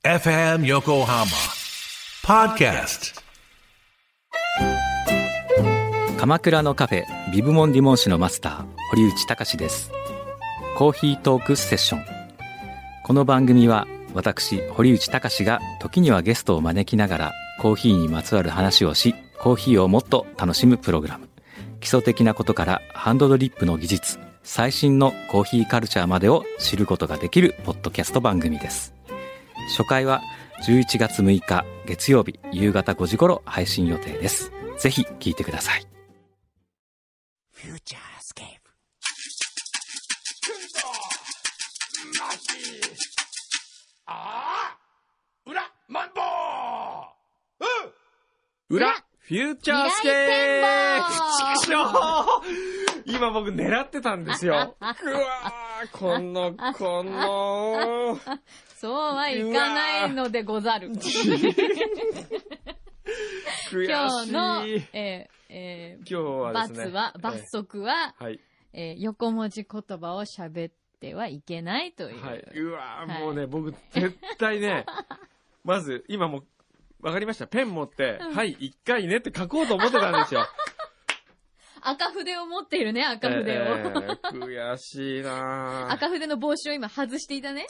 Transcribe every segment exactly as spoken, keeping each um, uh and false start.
エフエム 横浜ポッドキャスト。 鎌倉のカフェビブモンディモン市のマスター堀内隆です。コーヒートークセッション。この番組は私堀内隆が時にはゲストを招きながらコーヒーにまつわる話をし、コーヒーをもっと楽しむプログラム。基礎的なことからハンドドリップの技術、最新のコーヒーカルチャーまでを知ることができるポッドキャスト番組です。初回はじゅういちがつむいか月曜日夕方ごじ頃配信予定です。ぜひ聞いてください。 フューチャースケープ。 ああ裏マンボウうん裏フューチャースケープ。ちくしょう今僕狙ってたんですよ。うわーこのこのそうはいかないのでござる。 悔しい。 今日の、えーえー、 今日はですね、 罰は、罰則は、 えーはいえー、横文字言葉を喋ってはいけないという。 はい、うわー、 はい、 もうね、僕絶対ね、まず今もわかりました。ペン持って、うん、はい、一回ねって書こうと思ってたんですよ。 赤筆を持っているね、赤筆を。えー、悔しいなー。 赤筆の帽子を今外していたね。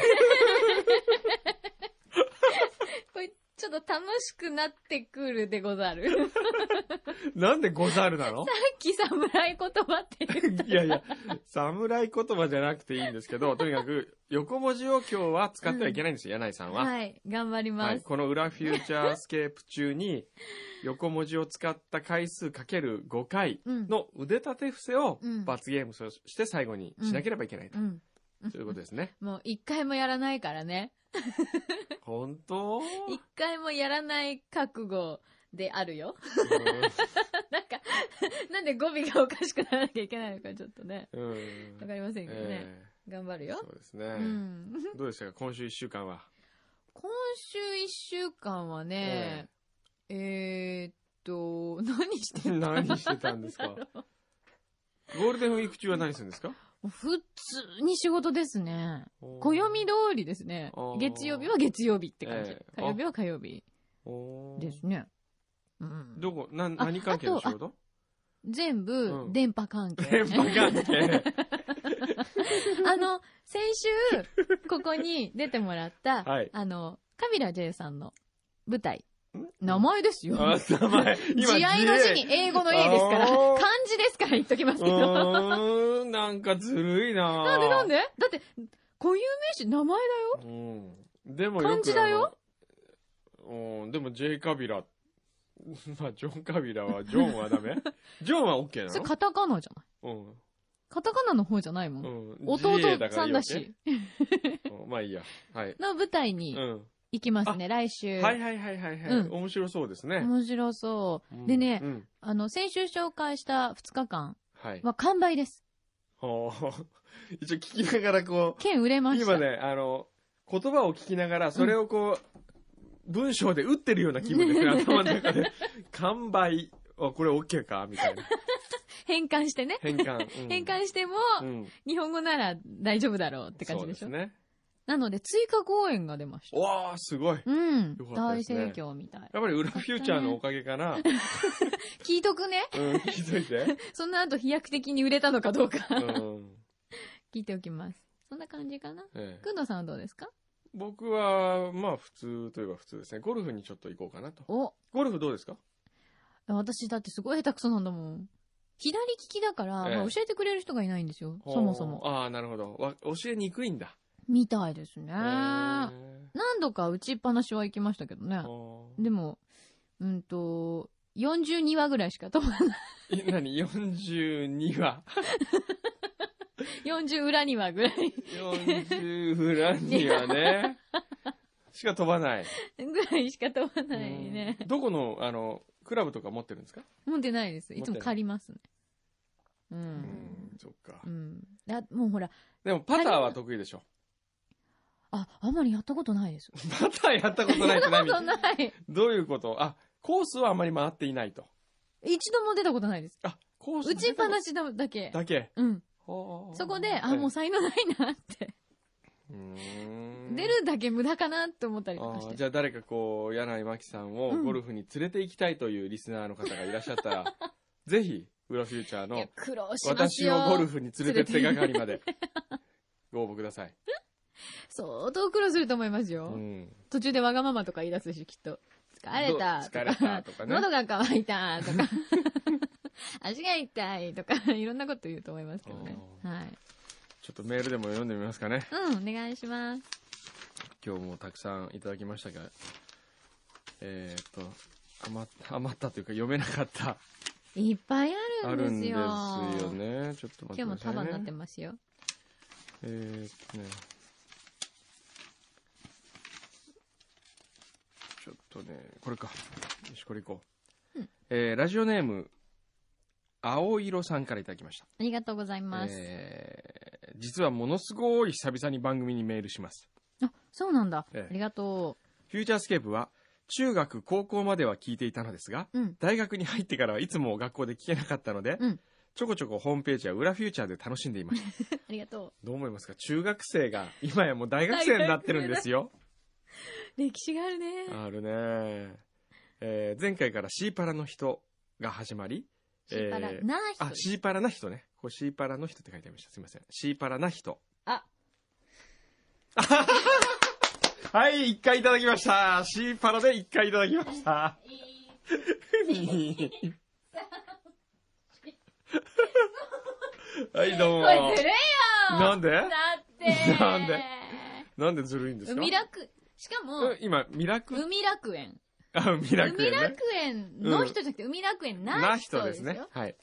これちょっと楽しくなってくるでござる。 なんでござるなの？ さっき侍言葉って言った。 いやいや、侍言葉じゃなくていいんですけど、とにかく横文字を今日は使ってはいけないんですよ、うん、柳井さんは。 はい、頑張ります。はい、 この裏フューチャースケープ中に、横文字を使った回数かけるごかいの腕立て伏せを罰ゲームとして最後にしなければいけないと。うんうん、そういうことですね。 もう一回もやらないからね。 本当？ 一回もやらない覚悟であるよ。なんか、なんで語尾がおかしくならなきゃいけないのかちょっとね。わかりませんけどね、えー。頑張るよ。 そうですね。うん、どうでしたか今週一週間は。 今週一週間はね、えー、えー、っと、何してたんだろう。 何してたんですか？ゴールデンウィーク中は何するんですか？ 普通に仕事ですね。暦通りですね。月曜日は月曜日って感じ。えー、火曜日は火曜日ですね。 うん、どこ、な、何関係の仕事？ 全部、電波関係。 電波関係。 あの、先週、ここに出てもらった、はい、あの、カビラ J さんの舞台。名前ですよ。 あ、名前。 字合いの字に英語の A ですから、漢字ですから言っときますけど。 うーん、なんかずるいななんでなんでだって、固有名詞名前だよ。 うん。でもよく漢字だよ。 うん、でも J カビラ。まあ、ジョンカビラは、ジョンはダメ？ジョンは OK なの？ それカタカナじゃない？うん。カタカナの方じゃないもん。うん。弟さんだし。 うん、まあいいや。はい。 の舞台に。うん行きますね、来週。 はいはいはいはい、はいうん。面白そうですね。 面白そう。うん、でね、うん、あの、先週紹介したふつかかんは完売です。 はい、一応聞きながらこう。 券売れました。 今ね、あの、言葉を聞きながら、それをこう、うん、文章で打ってるような気分ですね、頭の中で。完売。あ、これ OK かみたいな。 変換してね。 変換。 うん、変換しても、日本語なら大丈夫だろうって感じでしょ。そうですね。なので、追加公演が出ました。 わー、すごい。 うん。大盛況みたい。 やっぱり裏フューチャーのおかげかな。 聞いとくね。 うん、聞いといて。 その後飛躍的に売れたのかどうか。うん。聞いておきます。そんな感じかな。ええ。くんどさんはどうですか？ 僕は、まあ普通といえば普通ですね。ゴルフにちょっと行こうかなと。おゴルフどうですか？ 私だってすごい下手くそなんだもん。左利きだから、ええまあ、教えてくれる人がいないんですよ。そもそも。 ああ、なるほど。わ教えにくいんだ。 みたいですね。何度か打ちっぱなしは行きましたけどね。でも、うんと、よんじゅうにわぐらいしか飛ばない。 え、何 ?よんじゅうに 羽よんじゅう裏にはぐらい。 よんじゅう裏にはね。しか飛ばない。 ぐらいしか飛ばないね。 どこの、あの、クラブとか持ってるんですか？ 持ってないです。いつも借りますね。うん。うん、 そっか。 うん。あ、もうほら。 でもパターは得意でしょ？ あ、あんまりやったことないです。 パターやったことないって何？ やったことない。 どういうこと？あ、コースはあんまり回っていないと。 一度も出たことないです。 あ、コース打ちっぱなしだけ。 だけ。 うん。そこで、あ、もう才能ないなって。 うーん出るだけ無駄かなって思ったりとかしあて。 じゃあ誰かこう、柳井真紀さんをゴルフに連れて行きたいというリスナーの方がいらっしゃったら、ぜひ、裏フューチャーいやの苦労します私よ。 をゴルフに連れてって係までご応募ください。 相当苦労すると思いますよ。 うん。 途中でわがままとか言い出すし、きっと。疲れたとか。 疲れたとかね喉が渇いたとか。足が痛いとか、いろんなこと言うと思いますけどね。はい。 ちょっとメールでも読んでみますかね。 うん、お願いします。 今日もたくさんいただきましたが、えーっと、余った、余ったというか読めなかった。 いっぱいああるんですするんでよ。 よね。ちょっと待って今日もくださいね。 束になってますよ。 えーっとね。ちょっとね、これか。よし、これいこう。 うんえーラジオネーム、青色さんからいただきました。 ありがとうございます。 えー実はものすごい久々に番組にメールします。 あ、そうなんだ。 ええありがとフューチャースケープは中学高校までは聞いていたのですが、 う。うん。 大学に入ってからはいつも学校で聞けなかったので、 うんちょこちょこホームページや裏フューチャーで楽しんでいました。 ありがとどう思いますか？中学生が今やもう大学生になってるんですよ。 う。歴史があるね。 あるね、えー前回からシーパラの人が始まり、 シーパラえーな人あ、シーパラな人ね。これシーパラの人って書いてありました。すいません。シーパラな人。 あ、 はい、一回いただきました。シーパラで一回いただきました。はい、どうも。 これずるいよ。 なんでだって。 なんでなんでずるいんですか？ 海楽、しかもうん、今、ミラク海楽園。 あ、海楽園ね。 海楽園の人じゃなくて、海楽園なな人でよ。 人ですすね。はい。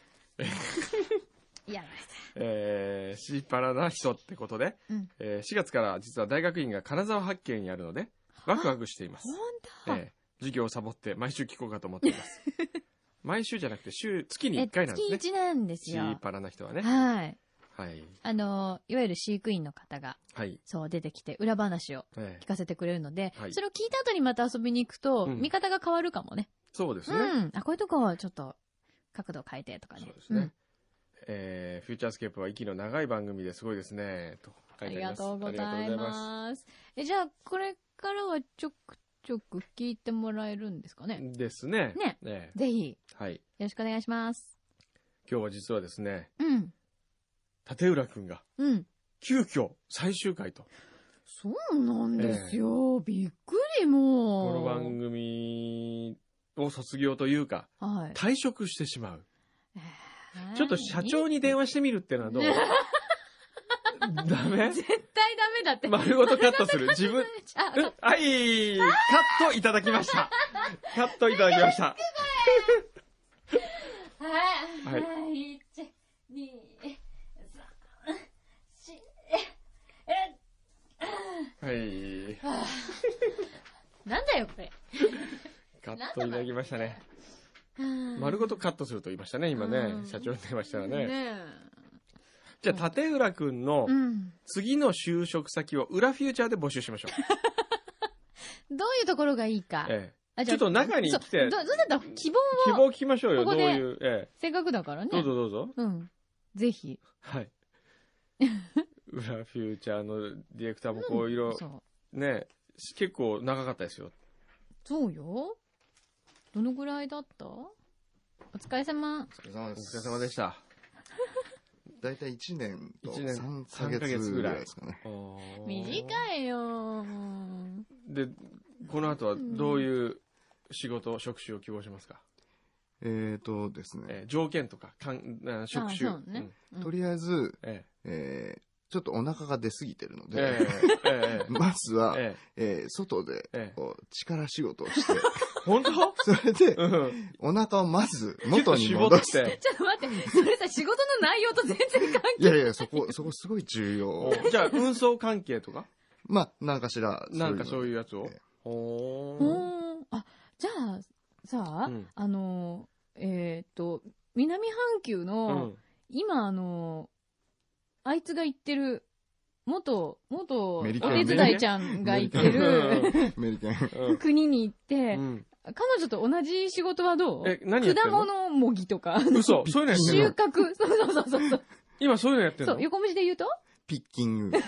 いや、 えー、シーパラな人ってことで、 うん。 えーしがつから実は大学院が金沢八景にあるので、ワクワクしています。 ほんと。 えー授業をサボって毎週聞こうかと思っています。毎週じゃなくて週、月にいっかいなんですね。 月一なんですよ。 シーパラな人はね。 はい。 はい。 あの、いわゆる飼育員の方が、 はい。 そう出てきて、裏話をえー聞かせてくれるので、 はいそれを聞いた後にまた遊びに行くと、 うん見方が変わるかもね。 そうですね。 うん。あ、こういうとこちょっと、角度変えてとかね。 そうですね。えーフューチャースケープは息の長い番組ですごいですね。とうん。ありが書いてあります。 とうございありがとうございます。 ます。え、じゃあ、これからはちょくちょく聞いてもらえるんですかね。 ですね。 ねえぜひ、 はい。 よろしくお願いします。 今日は実はですね、 うん。 立浦くんがうん。 急遽最終回と、 そうなんですよ。びっくりもう。 この番組を卒業というか、 はい。 退職してしまう。 えーちょっと社長に電話してみるっていうのはどう？ダメ？ 絶対ダメだって。 丸ごとカットする。自分、 あ、 うんはい、カットいただきました。カットいただきました。 はい。 はいはい。いち、に、さん、し、え、 はい。 なんだよ、これ。 カットいただきましたね。 丸丸ごとカットすると言いましたね、今うねん。 社長に電話したらね。 ねじゃあ、立浦くんのえ。うん。 次の就職先を裏フューチャーで募集しましょう。 どういうところがいいか。 えあえ、ちょっと中に来てそうどどうだったら希望を。 希望聞きましょうよ、 ここでどういう。えせっかくだからね。 え、どうぞどうぞ。 うん。ぜひ。 はい。裏フューチャーのディレクターもこういろそう。 ね、結構長かったですよ。 そうよ。どのぐらいだった？お疲れ様。 お疲れ様でお疲れす。 様でした。 だいたいいちねんと一年さんか三ヶ月ぐら月ぐらいいですかね。 短いよ。 で、この後はどういう仕事、職種を希望しますか？ えーとですね、 えー条件とか、かんあ職種。 あそうねうんとりあえず、 ええーちょっとお腹が出過ぎてるのえで、 えええまずは、 えええー外でええこう力仕事をして、 本当？ それでうん。 お腹をまず元に絞っ戻して、 て。 ちょっと待って、それさ、仕事の内容と全然関係いやいや、そこ、そこすごい重要。 おじゃあ、運送関係とかまあ、なんかしら、 なんかそういううやつをええおー。 ほーん。あ、じゃあ、さあ、 うんあの、えーっと、南半球うの、 ん。 今、あの、あいつが言ってる、元、元、おメリケン手伝いちゃんが言ってメるアメリカン。 うん国に行って、 うん。 彼女と同じ仕事はどう？ え、何やって果んの？ 物もぎとか、 嘘、そういうのやってん収の？ 穫、そうそうそうそう。 今そういうのやってんの？ そう、横文字で言うとピッキング。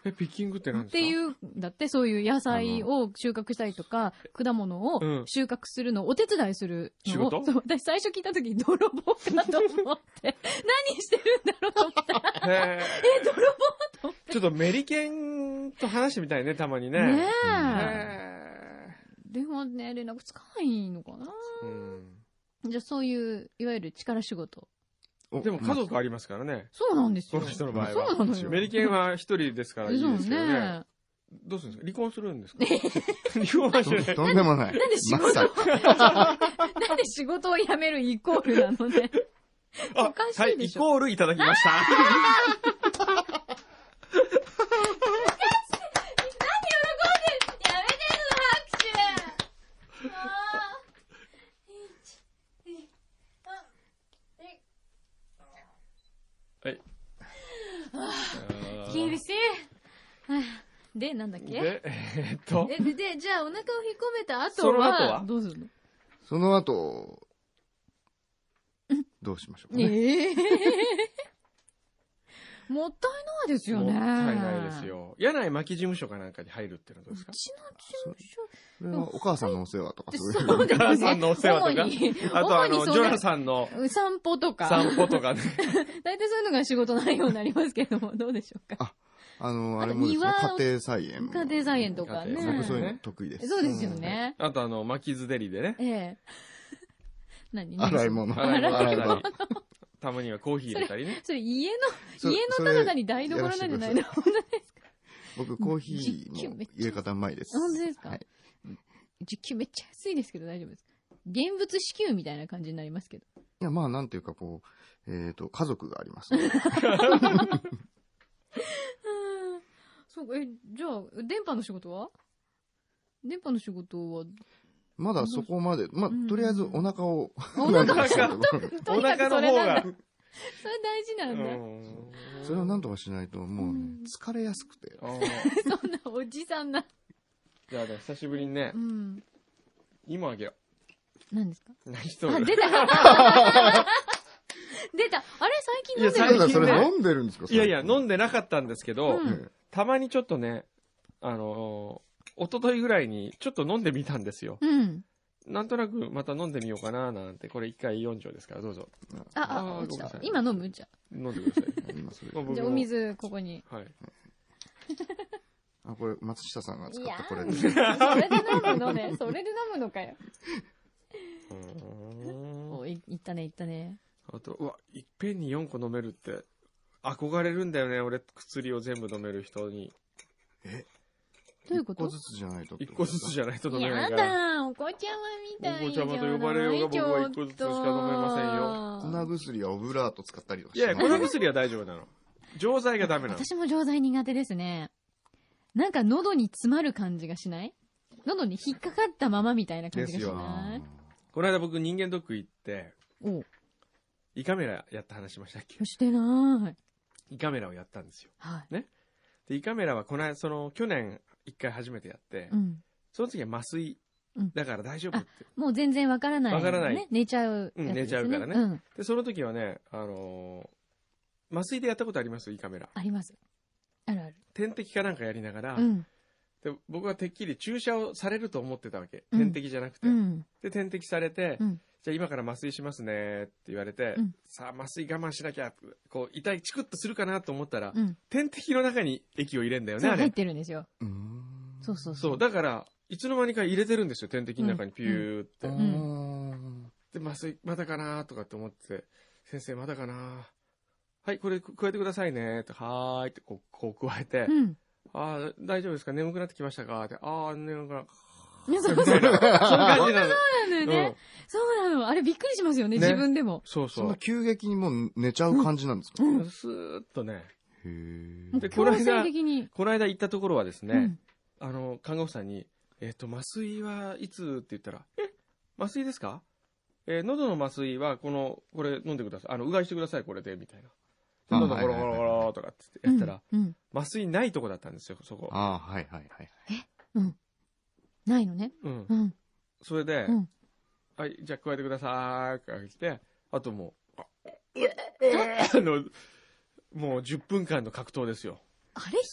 え、ピッキングって何ですか？ っていう、だってそういう野菜を収穫したりとか、果物を収穫するのをお手伝いするのを、 仕事？ そう、私最初聞いた時泥棒かと思って、何してるんだろうと思ったら、 へえ、泥棒と思って。 ちょっとメリケンと話してみたいね、たまにね。 ねえ。 へ電話ね、連絡つかないのかな、 うん、 じゃあそういう、いわゆる力仕事。 でも家族ありますからね。 そうなんですよ。 この人の場合は。 そうなのよ。 メリケンは一人ですからいいですけどね。ね、どうするんですか？離婚するんですか？離婚はしない。 とんでもない。 なんで仕事を、なんで仕事を辞めるイコールなのね。おかしいでしょ。 はい、イコールいただきました。 厳しい。で、なんだっけ？ で、えー、っと。 で、で、じゃあお腹を引っ込めた後は、 その後はどうするの？ その後、どうしましょうかね。 ええー、もったいないですよね。 もったいないですよ。柳井巻事務所かなんかに入るってのはどうですか？ うちの事務所。 それはお母さんのお世話とかそういう。 そうですね。 お母さんのお世話とか。あとあの、ジョナさんの散歩とか。 散歩とかね。 大体そういうのが仕事内容になりますけども、どうでしょうか。 あ、あの、あれもですね、家庭菜園。 家庭菜園とかね。 僕そういうの得意です。 そうですよね。 あとあの、巻きずデリでね。 ええ。何？ 洗い物。 洗い物。たまにはコーヒー入れたりね。 それ家の、家の中に台所なんじゃないの？本当ですか？ 僕コーヒーの入れ方うまいです。 本当ですか？時給めっちゃ安いですけど大丈夫ですか？現物支給みたいな感じになりますけど。 いや、まあなんていうかこう、えっと、家族がありますね。 そうか、え、じゃあ、電波の仕事は？電波の仕事はまだそこまで、まあ、とりあえずお腹を、 お腹が、 お腹の方が。 それ大事なんだ。 それをなんとかしないと、もうね、疲れやすくて。 そんなおじさんな。 じゃあ、久しぶりにね、芋あげよう。何ですか？ 何しとる？ あ、出た出た。あれ最近飲んでるんですか？それ飲んでるんですか？ いやいや、飲んでなかったんですけど、たまにちょっとね、あの、一昨日ぐらいにちょっと飲んでみたんですよ。 うん。 なんとなくまた飲んでみようかななんて、これ一回よん錠ですから、どうぞ。 あ、あ、今飲む？じゃあ。飲んでください。 じゃあお水、ここに。 はい。 あ、これ、松下さんが使ったこれで。それで飲むのね。それで飲むのかよ。お、いったね、いったね。 あと、うわ、いっぺんによんこ飲めるって、憧れるんだよね、俺、薬を全部飲める人に。 え？ どういうこと？ 一個ずつじゃないと。 一個ずつじゃないと飲めないから。やだ、お子ちゃまみたいな。お子ちゃまと呼ばれようが僕は一個ずつしか飲めませんよ。 粉薬はオブラート使ったりとかして。いやいや、粉薬は大丈夫なの。錠剤がダメなの。 私も錠剤苦手ですね。なんか喉に詰まる感じがしない？喉に引っかかったままみたいな感じがしない？ この間僕人間ドック行って、胃カメラやった話しましたっけ？ してない。 胃カメラをやったんですよ。 はい。 ね。で、胃カメラはこの間、その、去年一回初めてやって、うん、その時は麻酔、だから大丈夫って。 もう全然わからない、ね。 わからない。 寝ちゃう、 ね。うん、寝ちゃうからね。うん、で、その時はね、あのー、麻酔でやったことあります胃カメラ。 あります。あるある。 点滴かなんかやりながら、 うん、 で僕はてっきり注射をされると思ってたわけ。点滴じゃなくて。うん、で、点滴されて、うん、じゃあ今から麻酔しますねって言われて、うん、さあ麻酔我慢しなきゃ、こう痛いチクッとするかなと思ったら、うん、点滴の中に液を入れんだよね、あれ。 入ってるんですよ。そうそうそう。 そう、だから、いつの間にか入れてるんですよ、点滴の中にピューって。うんうん、で、麻酔まだかなとかって思って、先生まだかなはい、これ加えてくださいねって、はーいってこう、こう加えて、うん、ああ、大丈夫ですか眠くなってきましたかって、ああ、眠くなって、 そうそうそう。そういう感じなの。そうなんだよね。そうなの。あれびっくりしますよね、自分でも。 そうそう。そんな急激にもう寝ちゃう感じなんですか？ スーッとね。 へー。 で、この間、この間行ったところはですね、あの、看護婦さんに、えっと、麻酔はいつって言ったら、え、麻酔ですか？えー、喉の麻酔は、この、これ飲んでください。あの、うがいしてください、これで、みたいな。喉ゴロゴロゴロとかってやったら、麻酔ないとこだったんですよ、そこ。 ああ、はいはいはい。 えうん。ないのね。 うん。うん、それで、うん、はい、じゃあ加えてくださいって言って、あともう、あの、もうじゅっぷんかんの格闘ですよ。 あれ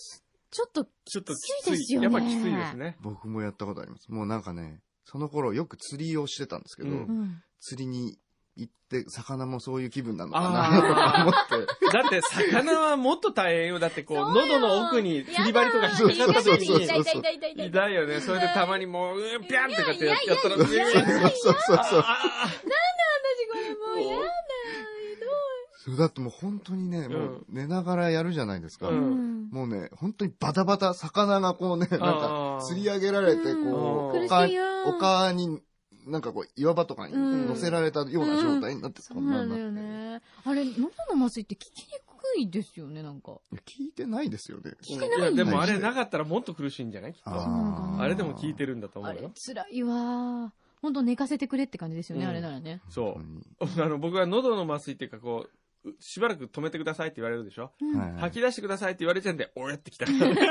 ちょっとちょっときついですよね。 やっぱきついですね。 僕もやったことあります。もうなんかね、その頃よく釣りをしてたんですけど、 うんうん。 釣りに行って魚もそういう気分なのかなとか思って。 だって魚はもっと大変よ。だってこう、 そうよ喉の奥に釣り針とか引っかかった時に、 痛い痛い痛い痛い痛い。 痛いよね。それでたまにもう、うん、ピャンとかってやいやいやったら、 いやいやいやいやそうそうそうそう。 あ私これもうやだ。 それだってもう本当にね、もう寝ながらやるじゃないですか。 ううんん。 もうね、本当にバタバタ、魚がこうね、なんか釣り上げられて、こう、 苦丘しいよ。 丘に、なんかこう、岩場とかに乗せられたような状態になって、 そうなんだよね。あれ、喉の麻酔って聞きにくいですよね、なんか。 いや聞いてないですよね。 聞いてないいや、でもあれなかったらもっと苦しいんじゃないきっと。 あそうなのかなあれでも効いてるんだと思あれうよ。 辛いわ。ほんと寝かせてくれって感じですよね、 うんあれならね。 そ本う。あの、僕は喉の麻酔っていうかこう、しばらく止めてくださいって言われるでしょ。 うん当にはいはい吐き出してくださいって言われちゃうんで、おやってきた。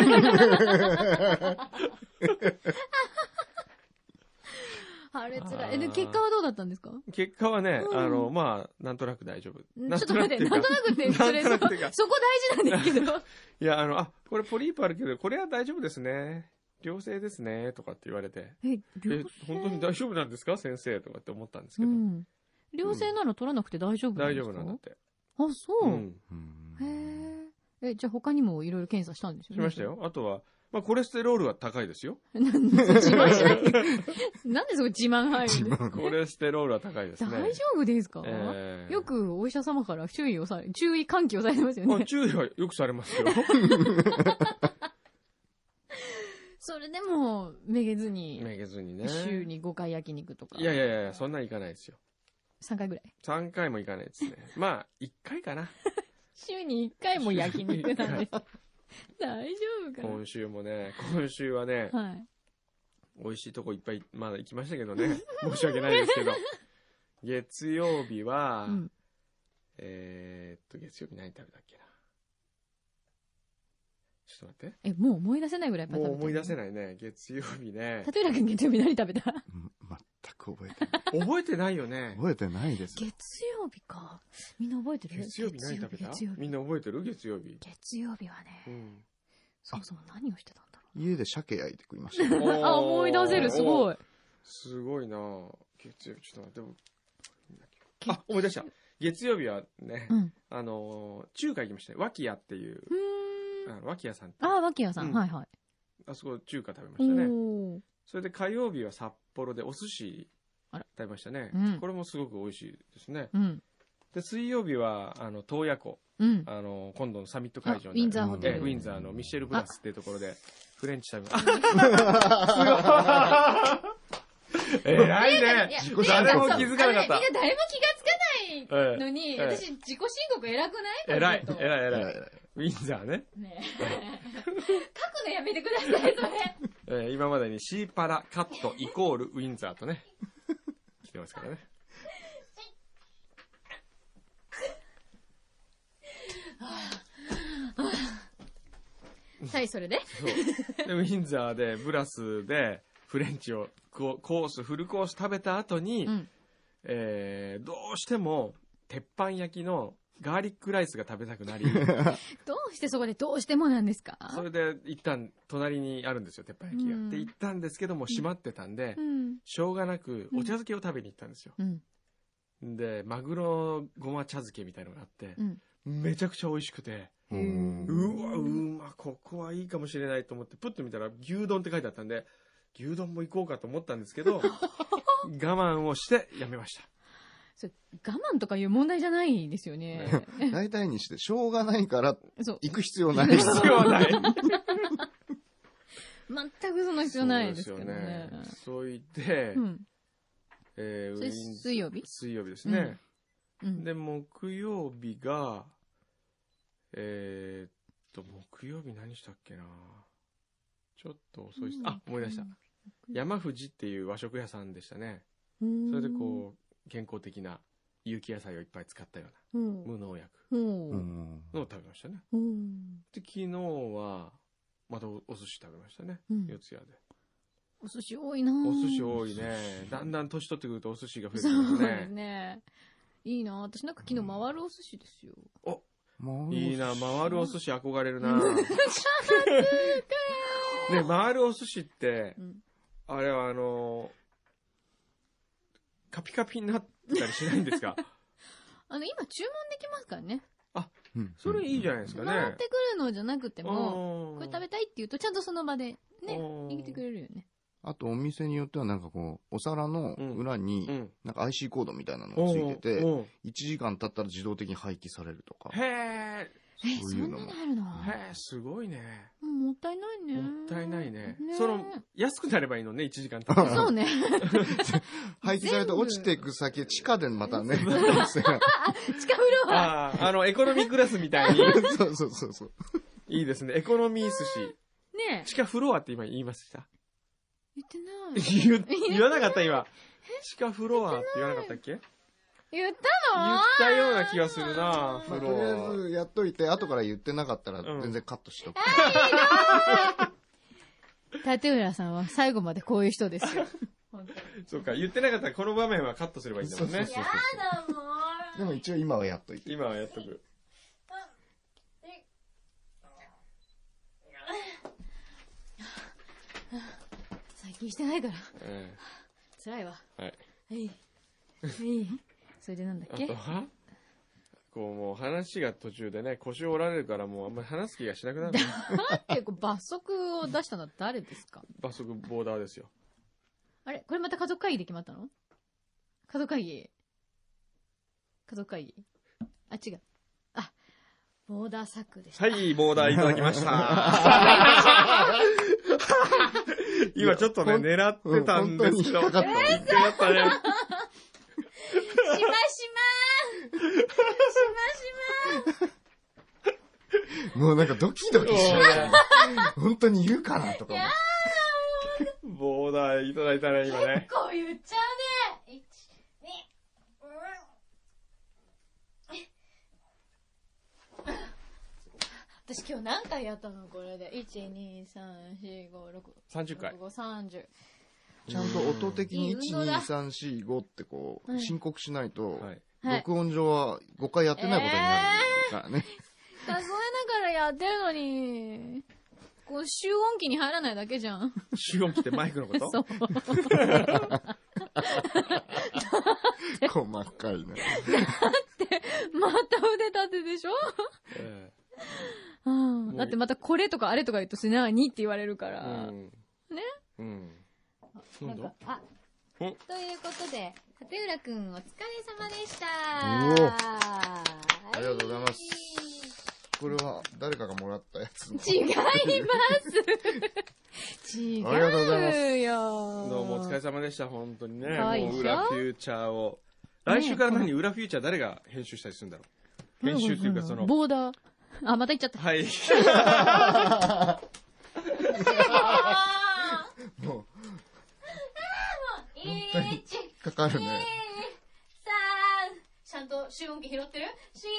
あれ辛い。えで、結果はどうだったんですか？ 結果はね、 うんあの、まあ、なんとなく大丈夫。 ちょっと待って、なんとなくって、それ、そなんとなくっていうかそこ大事なんですけど。 いや、あの、あ、これポリープあるけど、これは大丈夫ですね。良性ですね。とかって言われて。 え、 え良、 本当に大丈夫なんですか先生とかって思ったんですけど。 うん。良性なら取らなくて大丈夫なん大ですか？ 丈夫なんだって。 あ、そうう。 ん。 うんへえ。え、じゃあ他にもいろいろ検査したんですよね？ しましたよ。あとは、まあ、コレステロールは高いですよ。 なんで自慢しないなんでそこ自慢入るんですか？ コレステロールは高いですね。 大丈夫ですか？ えーよくお医者様から注意をされ、注意喚起をされてますよあね。 注意はよくされますよ。 それでも、めげずに、 めげずにね。 週にごかい焼肉とか。 いやいやいや、そんなんいかないですよ。 さんかいぐらい。 さんかいもいかないですね。まあ、いっかいかな。 週にいっかいも焼肉なんです。大丈夫かな？ 今週もね、今週はね、 はい。 美味しいとこいっぱい、まだ行きましたけどね。申し訳ないですけど。月曜日は、 うん。 えーっと、月曜日何食べたっけな。ちょっと待って。 え、もう思い出せないぐらいパターン。 もう思い出せい。 ないね。月曜日ね。 立浦君月曜日何食べた？ うん全く覚えてない。 覚えてないよね。 覚えてないです。 月曜日か。みんな覚えてる？ 月曜日何食べた月曜日。 みんな覚えてる月曜日。 月曜日はね、 うん。 そもそも何をしてたんだろ家で鮭焼いて食いましたよ。 う。あ、思い出せる、すごい。 い。 すごいなぁ月曜日、ちょっと待って。あ、思い出した。月曜日はね、 うん。 あのー、中華行きましたね。脇屋っていう、 うーん。 あの脇屋さんって。 あ、脇屋さん。 うんはいはい。 あそこ中華食べまおしたね。 ー。 それで火曜日は札幌でお寿司あら食べましたね。 うんこれもすごく美味しいですね。 うん。 で、水曜日は、あの、洞爺湖。 うん。 あの、今度のサミット会場あウィンザーホテルえウィンザーのミシェル・ブラスっていうところで、フレンチ食べました。すごい偉いね。誰も気づかなかった。 みんな誰も気がつかないのに、 ええ私自己申告偉くない？ 偉い、 ちょっと偉い、偉い。 偉い偉いウィンザーね。 ねえ。書くのやめてください、それ。 えー今までにシーパラ、カット、イコール、ウィンザーとね、来てますからね。 はい、それでそうで、ウィンザーで、ブラスで、フレンチを、こうコース、フルコース食べた後に、 うん。 えーどうしても、鉄板焼きのガーリックライスが食べたくなり、 どうしてそこでどうしてもなんですか？ それで一旦隣にあるんですよ、鉄板焼きが。 うんで、行ったんですけども、閉まってたんで、 うん。 しょうがなく、お茶漬けを食べに行ったんですよ。 うん。 で、マグロごま茶漬けみたいのがあってう、ん。 めちゃくちゃ美味しくて、 うんうわ、うま、ここはいいかもしれないと思って、プッと見たら牛丼って書いてあったんで、牛丼も行こうかと思ったんですけど、我慢をしてやめました。 それ我慢とかいう問題じゃないですよね。 大体にして、しょうがないからそう。 行く必要ない。 必要ない。 全くその必要ないですけどそうですねよ。そう言って、 うん。 えーそれウィン水曜日水曜日ですね。 うん。 で、木曜日が、えーっと、木曜日何したっけなちょっと遅いっす。あ、思い出した。山藤っていう和食屋さんでしたね。 うん。 それでこう、健康的な有機野菜をいっぱい使ったよううん。 な無農薬うん。 ううん。 んのを食べましたね。 うん。 で、昨日は、またおお寿司食べましたね。 うん四谷で。 お寿司多いなぁお寿司多いね。だんだん年取ってくるとお寿司が増えてくそうでするね。 ね。いいなぁ私なんか昨日回るお寿司ですよ。 お、 いいな、回るお寿司憧れるな。ね、回るお寿司って、うん、あれはあのー、カピカピになったりしないんですか？ あの、今注文できますからね。 あ、うん、それいいじゃないですかね。 回ってくるのじゃなくても、これ食べたいって言うと、ちゃんとその場でね、握ってくれるよね。 あとお店によってはなんかこう、お皿の裏に、なんか アイシー コードみたいなのがついてて、いちじかん経ったら自動的に廃棄されるとか。 へー。そういうのも。え、そんなにあるの？ へー、すごいね。 もったいないね。 もったいないね。その、安くなればいいのね、いちじかん経ったら。 そうね。 廃棄されて落ちていく先、地下でまたね。地下フロア。 ああ、あの、エコノミークラスみたいに。 そうそうそうそう。 いいですね。エコノミー寿司。 ねえ。 地下フロアって今言いました？ 言ってない。 言, 言わなかった今。地下フロアって言わなかったっけ？ 言ったの？ 言ったような気がするな、フロア。 まあ、とりあえずやっといて、後から言ってなかったら全然カットしとく。 うん、立浦さんは最後までこういう人ですよ。 そうか、言ってなかったらこの場面はカットすればいいんだもんね。 やだもん。 でも一応今はやっといて。 今はやっとく。 最近してないから。えー、辛いわ。 はい。 はい。はい。それでなんだっけ？ あとはこうもう話が途中でね、腰を折られるからもうあんまり話す気がしなくなる。 だってこう罰則を出したのは誰ですか？ 罰則ボーダーですよ。 あれこれまた家族会議で決まったの？家族会議。家族会議。あ、違う。あ、ボーダー作でした。 はい、ボーダーいただきました。今ちょっとね、狙ってたんですけど。 本当に引っかかった。 えー、しまったね。 しましましましまもうなんかドキドキしちゃう。本当に言うかなとか思って。 ボーダーいただいたね、今ね。 結構言っちゃうね。いち、に、うん。私今日何回やったのこれで。いち、に、さん、よん、ご、ろく。 さんじゅっかい。 さんじゅう。 ちゃんと音的にいち、に、さん、よん、ごってこう、申告しないと、 はい、 録音上はごかいやってないことになるからね。 えー、数えながらやってるのに、こう、集音機に入らないだけじゃん。 集音機ってマイクのこと？ そう。 細かいね。 だって、また腕立てでしょ？えー、うん、だってまたこれとかあれとか言うと、それ何って言われるから。うん、ね？ うん。 なんか、あ、ということで、立浦くんお疲れ様でした。 ありがとうございます。これは誰かがもらったやつ？ 違います。違うよ。 ありがとうございます。 どうもお疲れ様でした。本当にね。もう裏フューチャーを。来週から何、裏フューチャー誰が編集したりするんだろう？編集っていうかその。 ボーダー。あ、また言っちゃった。 はい。 もう。本当にかかるね。 さん、ちゃんと集音機拾ってる？し、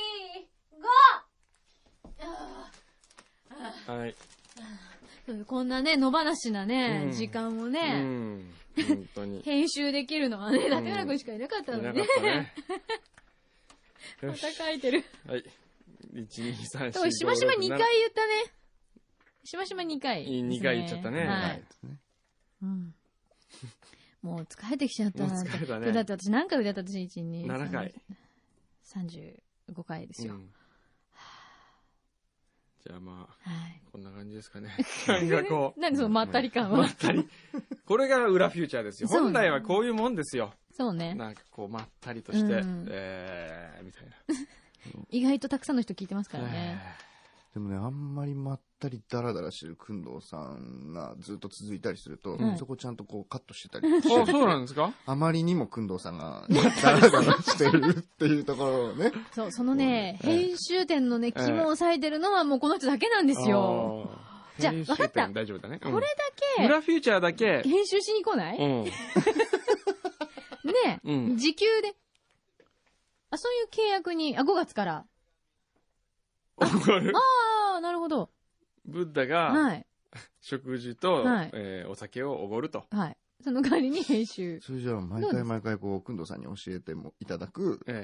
ご。はい。 こんなね、野放しなね、うん、時間をね、うん、本当に編集できるのはね、立浦くんしかいなかったのね。いなかったね。また書いてる。 はい。いち、に、さん、よん、ご、ろく。 しましまにかい言ったね。しましまにかい、ね。 にかい言っちゃったね。はい。 うん、もう疲れてきちゃったな。 疲れたね。 だって私何回歌った私いち、に、 ななかい。 さんじゅうごかいですよ。うん、 じゃあまあ、 はい、 こんな感じですかね。なんかこう。 何そのまったり感は。 まったり。これが裏フューチャーですよ。本来はこういうもんですよ。 そうね。 なんかこうまったりとして、うん、えー、みたいな。 意外とたくさんの人聞いてますからね。 でもね、あんまりまったりダラダラしてるくんどうさんがずっと続いたりすると、うん、そこちゃんとこうカットしてたりしてあ、そうなんですか？ あまりにもくんどうさんがダラダラしてるっていうところをね。 そう、そのね、編集点のね、肝を押さえてるのはもうこの人だけなんですよ。じゃあ、わかった。 大丈夫だね。 これだけ、 裏フューチャーだけ、 編集しに来ない？うん、ねえ、うん、時給で。あ、そういう契約に、あ、ごがつから。 ああ、なるほど。 ブッダが、はい、食事と、はいえー、お酒をおごると。 はい。その代わりに編集。 それじゃあ、毎回毎回こう、くんどうさんに教えてもいただく、ええ、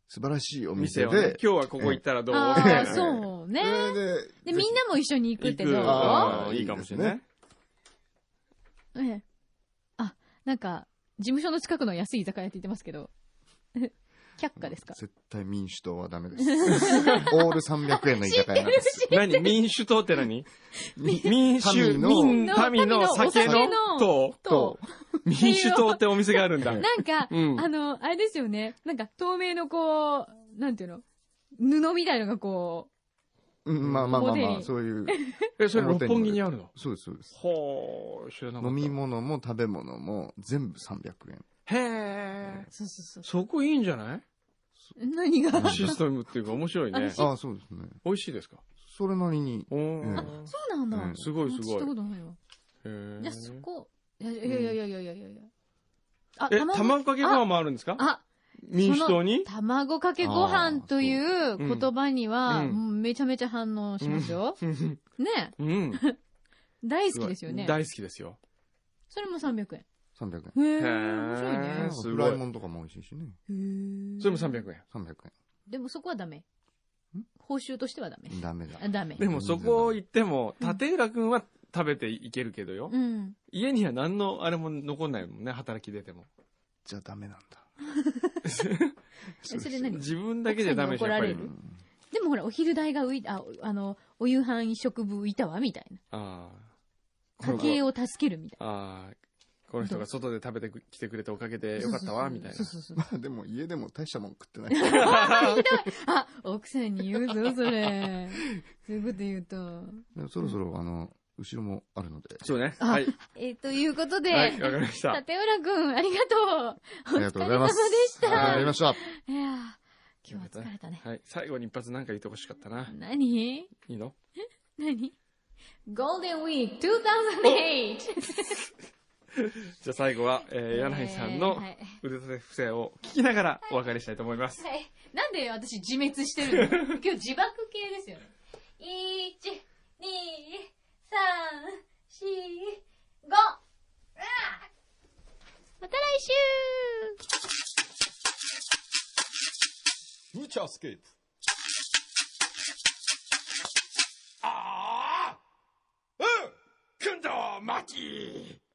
素晴らしいお店で。 店をね、今日はここ行ったらどうみたいな。 ああ、そうね。 で、 で、みんなも一緒に行くってどう？ ああ、いいかもしれない。 ええ。あ、なんか、事務所の近くの安い居酒屋って言ってますけど。却下ですか？ 絶対民主党はダメです。オールさんびゃくえんの居酒屋なんです。 何民主党って何民主、民、民の酒の党と、 民主党ってお店があるんだ。 なんか、うん、あの、あれですよね。なんか、透明のこう、なんていうの布みたいのがこう。うん、まあまあまあまあ、そういう。 え、それ六本木にあるの？ そうです、そうです。 ほー、知らなかった。 飲み物も食べ物も全部さんびゃくえん。 へー。 そうそうそう。 そこいいんじゃない？ 何がシステムっていうか面白いね。 ああ、そうですね。 美味しいですか？ それなりに。 あ、そうなんだ。 すごいすごい。 知ったことないわ。 へー。 じゃあそこ、いやいやいやいやいやいやいやいや。あ、 え、卵かけご飯もあるんですか？あ、民主党に卵かけご飯という言葉には、めちゃめちゃ反応しますよ。ね。うん。大好きですよね。 大好きですよ。 それもさんびゃくえん。 さんびゃくえん。 へー。面白いね。 フライもんとかも美味しいしね。 へー。 それもさんびゃくえん。 さんびゃくえん。 でもそこはダメ。報酬としてはダメ。 ダメだ。 ダメ。 でもそこ行っても、立浦くんは食べていけるけどよ。うん。家には何のあれも残んないもんね、働き出ても。 じゃあダメなんだ。 それ何？ 自分だけじゃダメじゃん、やっぱり。 でもほら、お昼代が浮いた、あ、あの、お夕飯食分浮いたわ、みたいな。ああ。家計を助けるみたいな。ああ。 この人が外で食べてきてくれておかげでよかったわ、みたいな。そうそうそう。 まあでも家でも大したもん食ってない。 あ、奥さんに言うぞ、それ。そういうこと言うと。 そろそろ、あの、後ろもあるので。 そうね。はい。 え、ということで。 はい、わかりました。 立浦くん、ありがとう。 ありがとうございます。 お疲れ様でした。 ありました。 いや今日は疲れたね。 はい。最後に一発なんか言ってほしかったな。 何？ いいの？ 何？ゴールデンウィークにせんはち。 じゃあ最後は、えー、柳井さんの腕立て伏せを聞きながらお別れしたいと思います。 はい。なんで私自滅してるの？今日自爆系ですよね。いち、に、さん、よん、ご。また来週。 フューチャースケープ。 ああ、うん、くんどまち。